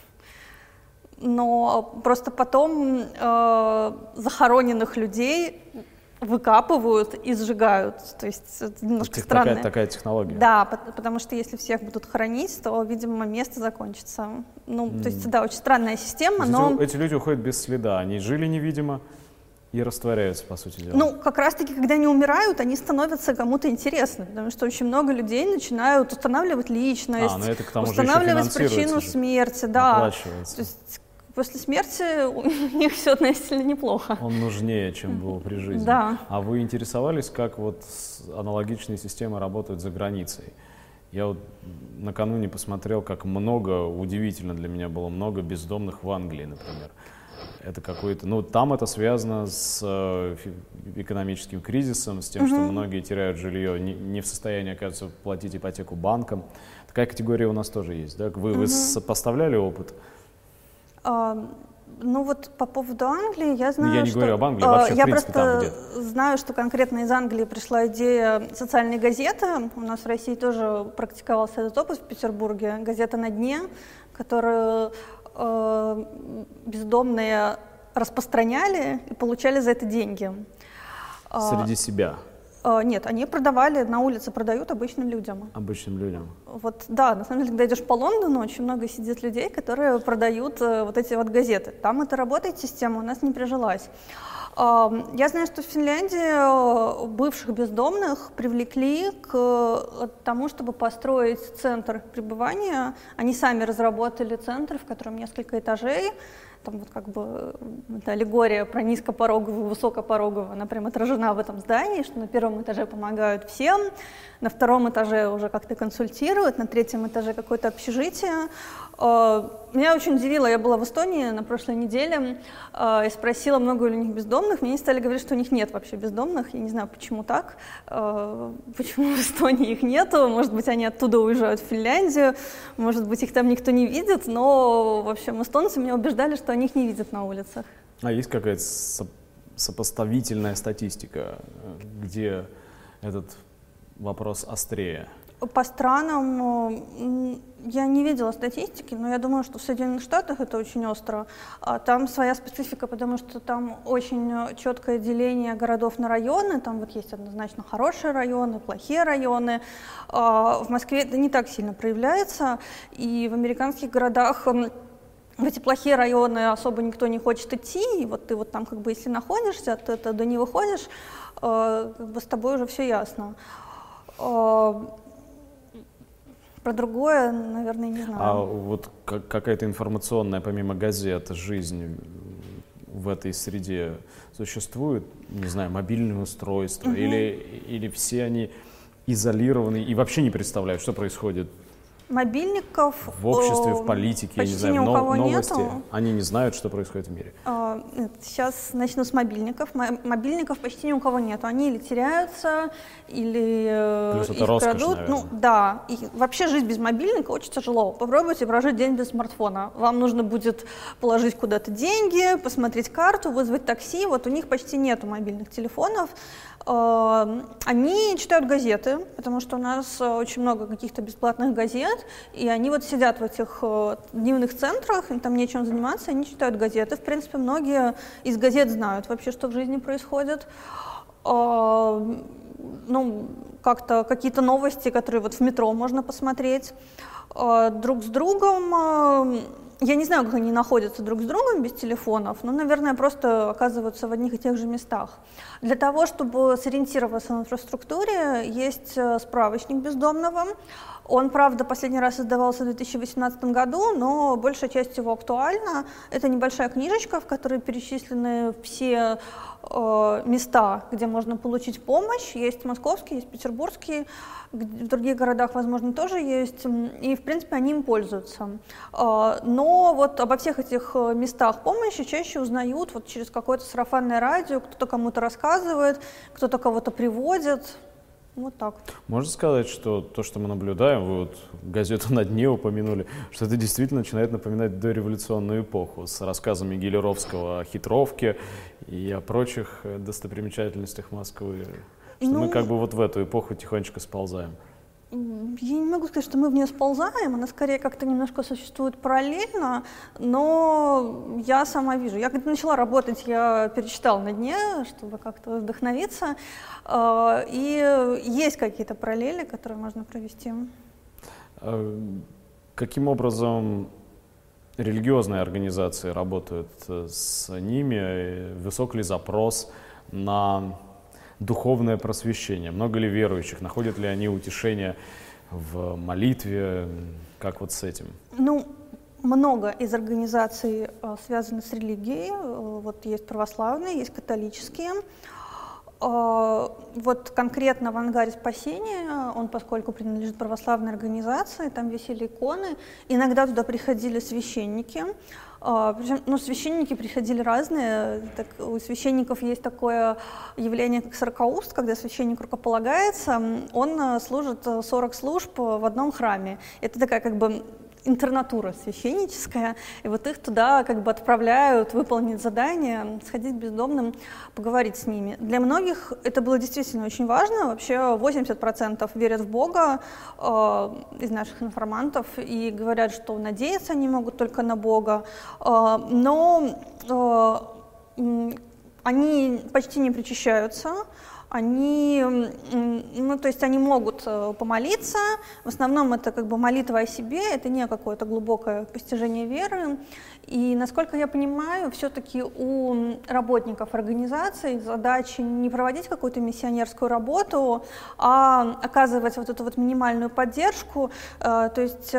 Но просто потом захороненных людей выкапывают и сжигают. То есть это немножко странно. Такая технология. Да, потому что если всех будут хоронить, то, видимо, место закончится. Ну, то есть, да, очень странная система, но... Эти люди уходят без следа, они жили невидимо и растворяются, по сути дела. Ну, как раз-таки, когда они умирают, они становятся кому-то интересны, потому что очень много людей начинают устанавливать личность, но это к тому устанавливать причину смерти, да. То есть после смерти у них все относительно неплохо. Он нужнее, чем был при жизни. Да. А вы интересовались, как вот аналогичные системы работают за границей? Я вот накануне посмотрел, как много, удивительно для меня было, много бездомных в Англии, например. Это какой-то, ну, там это связано с экономическим кризисом, с тем, что многие теряют жилье, не в состоянии, оказывается, платить ипотеку банкам. Такая категория у нас тоже есть, да? Вы сопоставляли опыт? Ну вот по поводу Англии я знаю, я не говорю об Англии, вообще, я в принципе, просто там, где... знаю, что конкретно из Англии пришла идея социальной газеты. У нас в России тоже практиковался этот опыт в Петербурге. Газета «На дне», которую бездомные распространяли и получали за это деньги. Среди себя? Нет, они продавали, на улице продают обычным людям. Обычным людям. Вот, да, на самом деле, когда идешь по Лондону, очень много сидит людей, которые продают вот эти вот газеты. Там это работает система, у нас не прижилась. Я знаю, что в Финляндии бывших бездомных привлекли к тому, чтобы построить центр пребывания. Они сами разработали центр, в котором несколько этажей. Там вот как бы эта аллегория про низкопороговую, высокопороговую, она прям отражена в этом здании, что на первом этаже помогают всем, на втором этаже уже как-то консультируют, на третьем этаже какое-то общежитие. Меня очень удивило, я была в Эстонии на прошлой неделе и спросила, много ли у них бездомных. Мне стали говорить, что у них нет вообще бездомных. Я не знаю, почему так, почему в Эстонии их нету. Может быть, они оттуда уезжают в Финляндию, может быть, их там никто не видит, но, в общем, эстонцы меня убеждали, что они их не видят на улицах. А есть какая-то сопоставительная статистика, где этот вопрос острее? По странам я не видела статистики, но я думаю, что в Соединенных Штатах это очень остро. Там своя специфика, потому что там очень четкое деление городов на районы. Там вот есть однозначно хорошие районы, плохие районы. В Москве это не так сильно проявляется. И в американских городах в эти плохие районы особо никто не хочет идти. И вот ты вот там как бы если находишься, ты туда не выходишь, как бы с тобой уже все ясно. Про другое, наверное, не знаю. А вот какая-то информационная, помимо газет, жизнь в этой среде существует? Не знаю, мобильные устройства? Или все они изолированы и вообще не представляют, что происходит? Мобильников в обществе, в политике, я не знаю, ни у кого новости. Нету. Они не знают, что происходит в мире. Сейчас начну с мобильников. Мобильников почти ни у кого нету. Они или теряются, или плюс их это роскошь, крадут. наверное. Ну да. И вообще жить без мобильника очень тяжело. Попробуйте прожить день без смартфона. Вам нужно будет положить куда-то деньги, посмотреть карту, вызвать такси. Вот у них почти нету мобильных телефонов. Они читают газеты, потому что у нас очень много каких-то бесплатных газет, и они вот сидят в этих дневных центрах, им там нечем заниматься, они читают газеты. В принципе, многие из газет знают вообще, что в жизни происходит. Ну, как-то какие-то новости, которые вот в метро можно посмотреть. Друг с другом, я не знаю, как они находятся друг с другом без телефонов, но, наверное, просто оказываются в одних и тех же местах. Для того, чтобы сориентироваться в инфраструктуре, есть справочник бездомного. Он, правда, последний раз издавался в 2018 году, но большая часть его актуальна. Это небольшая книжечка, в которой перечислены все места, где можно получить помощь. Есть московские, есть петербургские, в других городах, возможно, тоже есть. И, в принципе, они им пользуются. Но вот обо всех этих местах помощи чаще узнают вот через какое-то сарафанное радио, кто-то кому-то рассказывает, кто-то кого-то приводит. Вот так. Можно сказать, что то, что мы наблюдаем, вы вот газету «На дне» упомянули, что это действительно начинает напоминать дореволюционную эпоху с рассказами Гелеровского о хитровке и о прочих достопримечательностях Москвы, что мы как бы вот в эту эпоху тихонечко сползаем. Я не могу сказать, что мы в нее сползаем, она скорее как-то немножко существует параллельно, но я сама вижу. Я когда начала работать, я перечитала «На дне», чтобы как-то вдохновиться, и есть какие-то параллели, которые можно провести. Каким образом религиозные организации работают с ними? Высок ли запрос на духовное просвещение? Много ли верующих? Находят ли они утешение в молитве? Как вот с этим? Ну, много из организаций связаны с религией. Вот есть православные, есть католические. Вот конкретно в ангаре спасения, он, поскольку принадлежит православной организации, там висели иконы. Иногда туда приходили священники. Причем, ну, священники приходили разные. Так, у священников есть такое явление, как сорокауст, когда священник рукополагается, он служит 40 служб в одном храме. Это такая как бы интернатура священническая, и вот их туда как бы отправляют выполнить задание, сходить к бездомным, поговорить с ними. Для многих это было действительно очень важно. Вообще 80% верят в Бога из наших информантов и говорят, что надеяться они могут только на Бога, но они почти не причащаются. они, ну, то есть они могут помолиться, в основном это как бы молитва о себе, это не какое-то глубокое постижение веры. И, насколько я понимаю, все-таки у работников организаций задача не проводить какую-то миссионерскую работу, а оказывать вот эту вот минимальную поддержку. То есть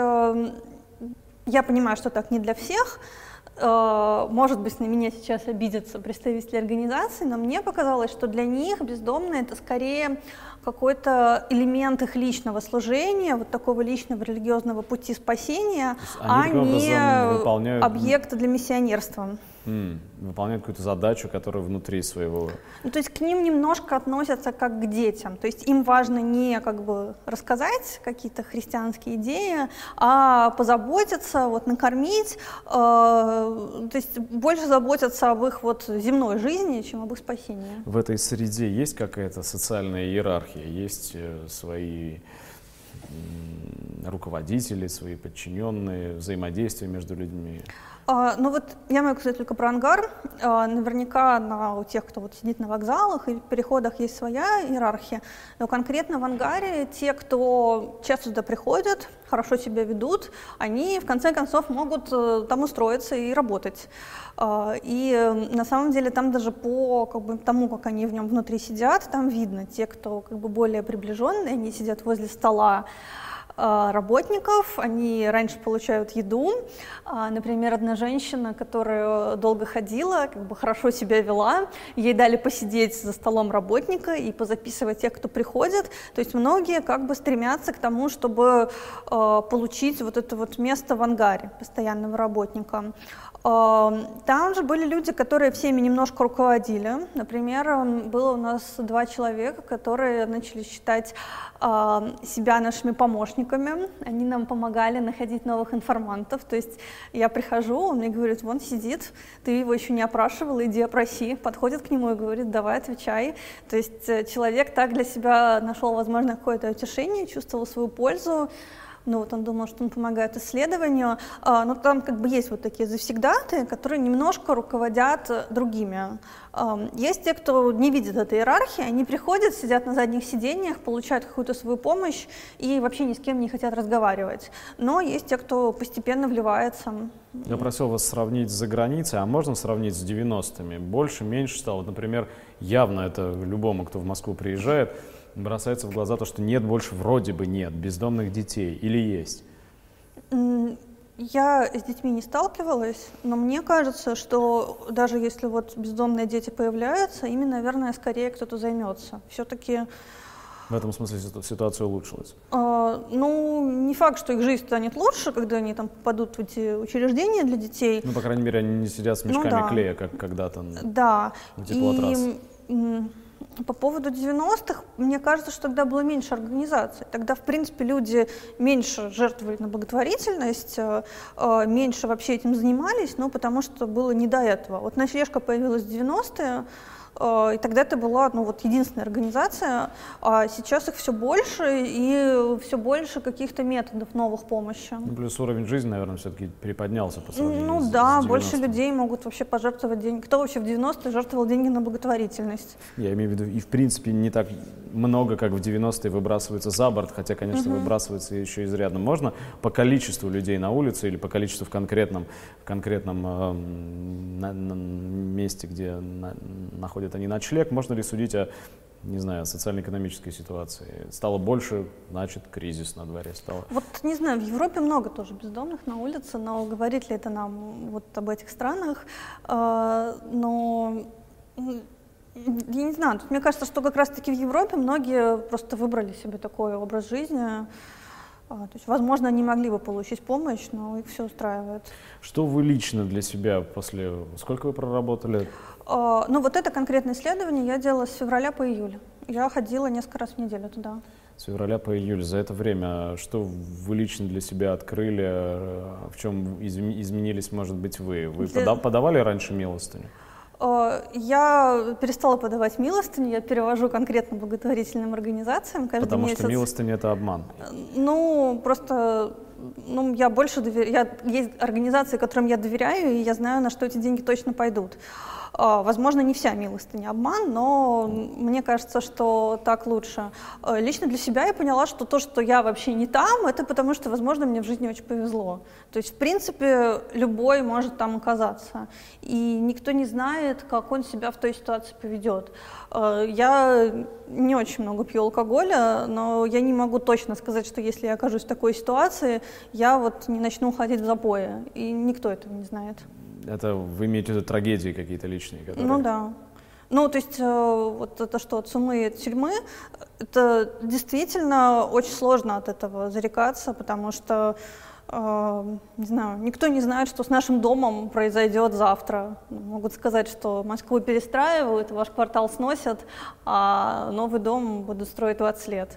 я понимаю, что так не для всех. Может быть, на меня сейчас обидятся представители организации, но мне показалось, что для них бездомные — это скорее какой-то элемент их личного служения, вот такого личного религиозного пути спасения, а не объекта для миссионерства. Выполняют какую-то задачу, которая внутри своего... Ну, то есть к ним немножко относятся как к детям. То есть им важно не как бы рассказать какие-то христианские идеи, а позаботиться, вот, накормить, то есть больше заботятся об их вот земной жизни, чем об их спасении. В этой среде есть какая-то социальная иерархия, есть свои руководители, свои подчиненные, взаимодействие между людьми? Ну вот я могу сказать только про ангар. Наверняка у тех, кто вот сидит на вокзалах и в переходах, есть своя иерархия. Но конкретно в ангаре те, кто часто сюда приходят, хорошо себя ведут, они в конце концов могут там устроиться и работать. И на самом деле там даже по тому, как они в нем внутри сидят, там видно те, кто как бы более приближенные, они сидят возле стола работников, они раньше получают еду. Например, одна женщина, которая долго ходила, как бы хорошо себя вела, ей дали посидеть за столом работника и позаписывать тех, кто приходит. То есть многие как бы стремятся к тому, чтобы получить вот это вот место в ангаре постоянного работника. Там же были люди, которые всеми немножко руководили. Например, было у нас 2 человека, которые начали считать себя нашими помощниками. Они нам помогали находить новых информантов. То есть я прихожу, он мне говорит: вон сидит, ты его еще не опрашивала, иди опроси. Подходит к нему и говорит: давай, отвечай. То есть человек так для себя нашел, возможно, какое-то утешение, чувствовал свою пользу. Ну вот он думал, что он помогает исследованию, но там как бы есть вот такие завсегдатые, которые немножко руководят другими. Есть те, кто не видит этой иерархии, они приходят, сидят на задних сиденьях, получают какую-то свою помощь и вообще ни с кем не хотят разговаривать. Но есть те, кто постепенно вливается. Я просил вас сравнить за границей, а можно сравнить с 90-ми? Больше, меньше стало? Вот, например, явно это любому, кто в Москву приезжает, бросается в глаза то, что нет больше, вроде бы нет, бездомных детей, или есть? Я с детьми не сталкивалась, но мне кажется, что даже если вот бездомные дети появляются, ими, наверное, скорее кто-то займется. Все-таки... В этом смысле ситуация улучшилась? Ну, не факт, что их жизнь станет лучше, когда они там попадут в эти учреждения для детей. Ну, по крайней мере, они не сидят с мешками клея, как когда-то на теплотрассе. По поводу 90-х, мне кажется, что тогда было меньше организаций. Тогда, в принципе, люди меньше жертвовали на благотворительность, меньше вообще этим занимались, но потому что было не до этого. Вот «Ночлежка» появилась в 90-е, и тогда это была единственная организация, а сейчас их все больше, и все больше каких-то методов новых помощи. Ну, плюс уровень жизни, наверное, все-таки приподнялся по сравнению с 90-м. Больше людей могут вообще пожертвовать деньги. Кто вообще в 90-е жертвовал деньги на благотворительность? Я имею в виду, и в принципе не так много, как в 90-е выбрасывается за борт, хотя, конечно, выбрасывается еще изрядно. Можно по количеству людей на улице или по количеству в конкретном месте, где находят они ночлег, можно ли судить о, не знаю, социально-экономической ситуации? Стало больше, значит, кризис на дворе стало. Вот, не знаю, в Европе много тоже бездомных на улице, но говорит ли это нам вот об этих странах? Но я не знаю, тут мне кажется, что как раз-таки в Европе многие просто выбрали себе такой образ жизни. То есть, возможно, они могли бы получить помощь, но их все устраивает. Что вы лично для себя после... Сколько вы проработали? Ну, вот это конкретное исследование я делала с февраля по июль. Я ходила несколько раз в неделю туда. С февраля по июль. За это время что вы лично для себя открыли? В чем изменились, может быть, вы? Вы подавали раньше милостыню? Я перестала подавать милостыню, я перевожу конкретно благотворительным организациям каждый Потому месяц. Что милостыня — это обман? Ну, просто я больше доверяю. Есть организации, которым я доверяю, и я знаю, на что эти деньги точно пойдут. Возможно, не вся милостыня обман, но мне кажется, что так лучше. Лично для себя я поняла, что то, что я вообще не там, это потому что, возможно, мне в жизни очень повезло. То есть, в принципе, любой может там оказаться. И никто не знает, как он себя в той ситуации поведет. Я не очень много пью алкоголя, но я не могу точно сказать, что если я окажусь в такой ситуации, я вот не начну ходить в запои. И никто этого не знает. Это вы имеете в виду трагедии какие-то личные? Которые... Ну да. Ну, то есть вот это что, от сумы и от тюрьмы, это действительно очень сложно от этого зарекаться, потому что, не знаю, никто не знает, что с нашим домом произойдет завтра. Могут сказать, что Москву перестраивают, ваш квартал сносят, а новый дом будут строить 20 лет.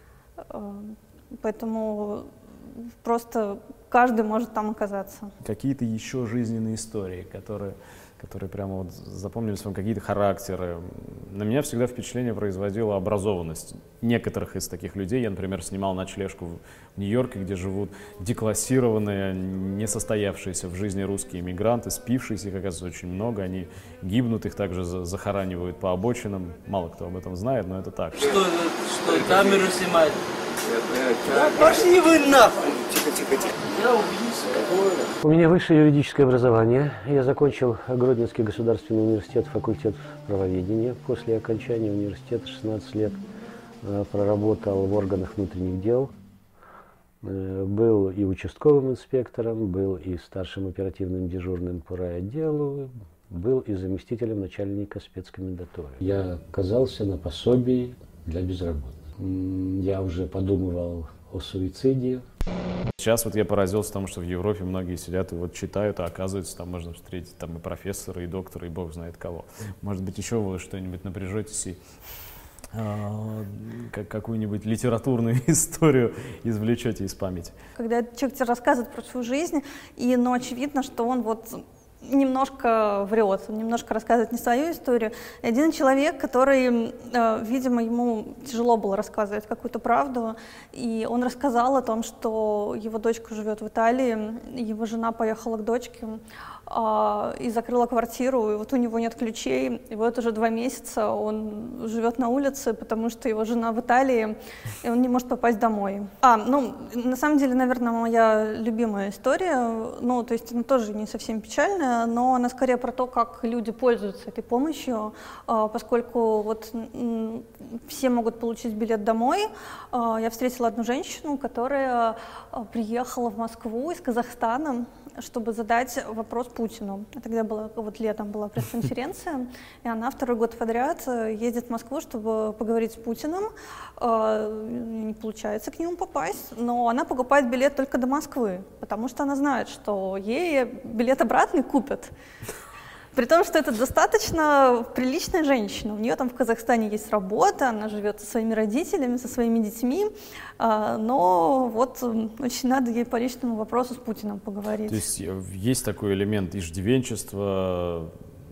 Поэтому просто каждый может там оказаться. Какие-то еще жизненные истории, которые прямо вот запомнились вам, какие-то характеры. На меня всегда впечатление производила образованность некоторых из таких людей. Я, например, снимал ночлежку в Нью-Йорке, где живут деклассированные, несостоявшиеся в жизни русские иммигранты, спившиеся, как оказывается, очень много. Они гибнут, их также захоранивают по обочинам. Мало кто об этом знает, но это так. Что камеру снимать? Да пошли вы нахуй! Тихо. Я убийца. У меня высшее юридическое образование. Я закончил Гродненский государственный университет, факультет правоведения. После окончания университета 16 лет проработал в органах внутренних дел. Был и участковым инспектором, был и старшим оперативным дежурным по райотделу, был и заместителем начальника спецкомендатуры. Я оказался на пособии для безработных. Я уже подумывал о суициде. Сейчас вот я поразился тому, что в Европе многие сидят и вот читают, а оказывается, там можно встретить там и профессора, и доктора, и бог знает кого. Может быть, еще вы что-нибудь напряжетесь и какую-нибудь литературную историю извлечете из памяти. Когда человек тебе рассказывает про свою жизнь, но очевидно, что он вот немножко врет, он немножко рассказывает не свою историю. Один человек, который, видимо, ему тяжело было рассказывать какую-то правду, и он рассказал о том, что его дочка живет в Италии, его жена поехала к дочке и закрыла квартиру, и вот у него нет ключей, и вот уже 2 месяца он живет на улице, потому что его жена в Италии, и он не может попасть домой. На самом деле, наверное, моя любимая история, то есть она тоже не совсем печальная, но она скорее про то, как люди пользуются этой помощью, поскольку вот все могут получить билет домой. Я встретила одну женщину, которая приехала в Москву из Казахстана, чтобы задать вопрос Путину. Тогда летом была пресс-конференция, и она 2-й год подряд ездит в Москву, чтобы поговорить с Путиным. Не получается к нему попасть, но она покупает билет только до Москвы, потому что она знает, что ей билет обратный купят. При том, что это достаточно приличная женщина. У нее там в Казахстане есть работа, она живет со своими родителями, со своими детьми, но вот очень надо ей по личному вопросу с Путиным поговорить. То есть есть такой элемент иждивенчества,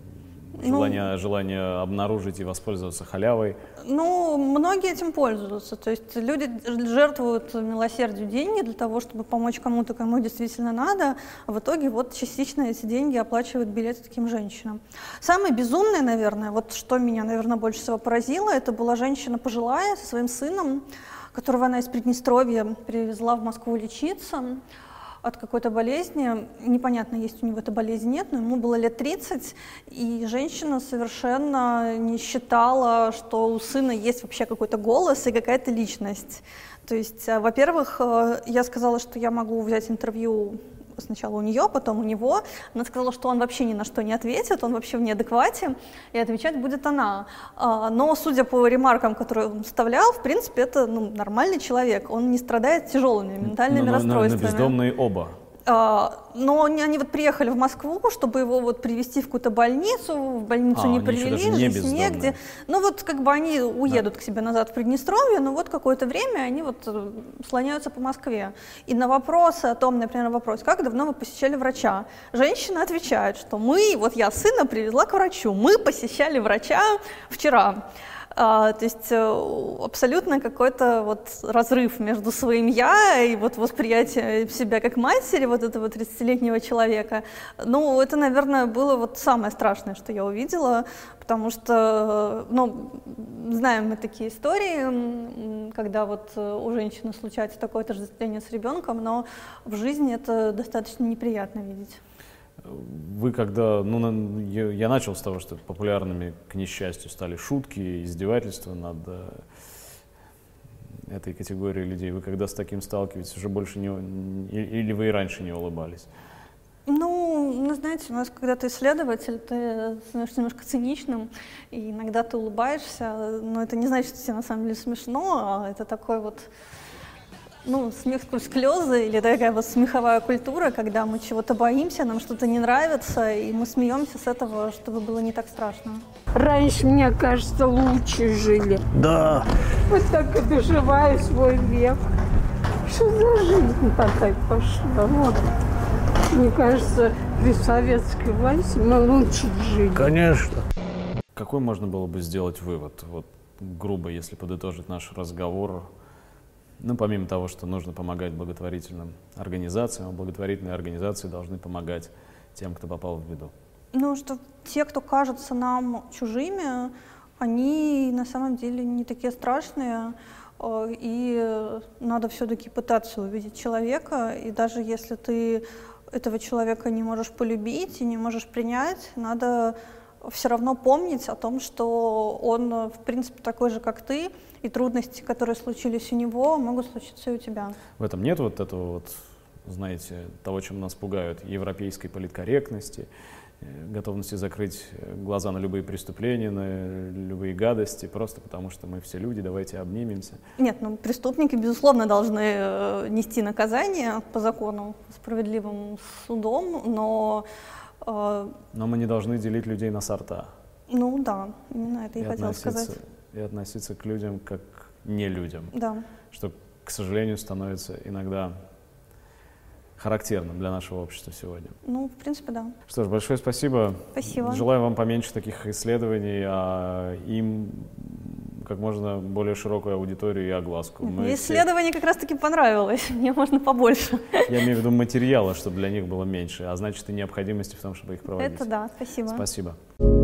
желание обнаружить и воспользоваться халявой? Многие этим пользуются. То есть люди жертвуют милосердию деньги для того, чтобы помочь кому-то, кому действительно надо, а в итоге вот частично эти деньги оплачивают билеты таким женщинам. Самое безумное, наверное, вот что меня, наверное, больше всего поразило, это была женщина пожилая со своим сыном, которого она из Приднестровья привезла в Москву лечиться от какой-то болезни. Непонятно, есть у него эта болезнь, нет, но ему было лет 30, и женщина совершенно не считала, что у сына есть вообще какой-то голос и какая-то личность. То есть, во-первых, я сказала, что я могу взять интервью сначала у нее, потом у него. Она сказала, что он вообще ни на что не ответит, он вообще в неадеквате, и отвечать будет она. Но, судя по ремаркам, которые он вставлял, в принципе, это нормальный человек, он не страдает тяжелыми ментальными расстройствами. Но бездомные оба. Но они вот приехали в Москву, чтобы его вот привезти в какую-то больницу, в больницу не привели, жить негде. Они уедут к себе назад в Приднестровье, но вот какое-то время они вот слоняются по Москве. И на вопросы о том, например, как давно вы посещали врача, женщина отвечает, что я сына привезла к врачу, мы посещали врача вчера. То есть абсолютно какой-то вот разрыв между своим «я» и вот восприятием себя как матери вот этого 30-летнего человека. Ну, это, наверное, было вот самое страшное, что я увидела, потому что, ну, знаем мы такие истории, когда вот у женщины случается такое отождествление с ребенком, но в жизни это достаточно неприятно видеть. Вы когда, ну, я начал с того, что популярными, к несчастью, стали шутки, издевательства над этой категорией людей. Вы когда с таким сталкиваетесь, уже больше не, или вы и раньше не улыбались? Ну, знаете, у нас, когда ты исследователь, ты становишься немножко циничным, и иногда ты улыбаешься, но это не значит, что тебе на самом деле смешно, а это такой вот, ну, смех сквозь слезы, или такая вот смеховая культура, когда мы чего-то боимся, нам что-то не нравится, и мы смеемся с этого, чтобы было не так страшно. Раньше, мне кажется, лучше жили. Да. Вот так и доживаю свой век. Что за жизнь такая пошла? Вот. Мне кажется, при советской власти мы лучше жили. Конечно. Какой можно было бы сделать вывод, вот грубо, если подытожить наш разговор? Ну, помимо того, что нужно помогать благотворительным организациям, благотворительные организации должны помогать тем, кто попал в беду. Ну, что те, кто кажутся нам чужими, они на самом деле не такие страшные, и надо все-таки пытаться увидеть человека, и даже если ты этого человека не можешь полюбить и не можешь принять, надо все равно помнить о том, что он, в принципе, такой же, как ты, и трудности, которые случились у него, могут случиться и у тебя. В этом нет вот этого вот, знаете, того, чем нас пугают, европейской политкорректности, готовности закрыть глаза на любые преступления, на любые гадости, просто потому что мы все люди, давайте обнимемся. Нет, ну преступники, безусловно, должны нести наказание по закону, справедливым судом, но... Но мы не должны делить людей на сорта. Ну да, именно это я хотела сказать. И относиться к людям как к нелюдям. Да. Что, к сожалению, становится иногда характерным для нашего общества сегодня. Ну, в принципе, да. Что ж, большое спасибо. Спасибо. Желаю вам поменьше таких исследований, а им как можно более широкую аудиторию и огласку. Исследование как раз-таки понравилось, мне можно побольше. Я имею в виду материала, чтобы для них было меньше, а значит и необходимости в том, чтобы их проводить. Это да, спасибо. Спасибо.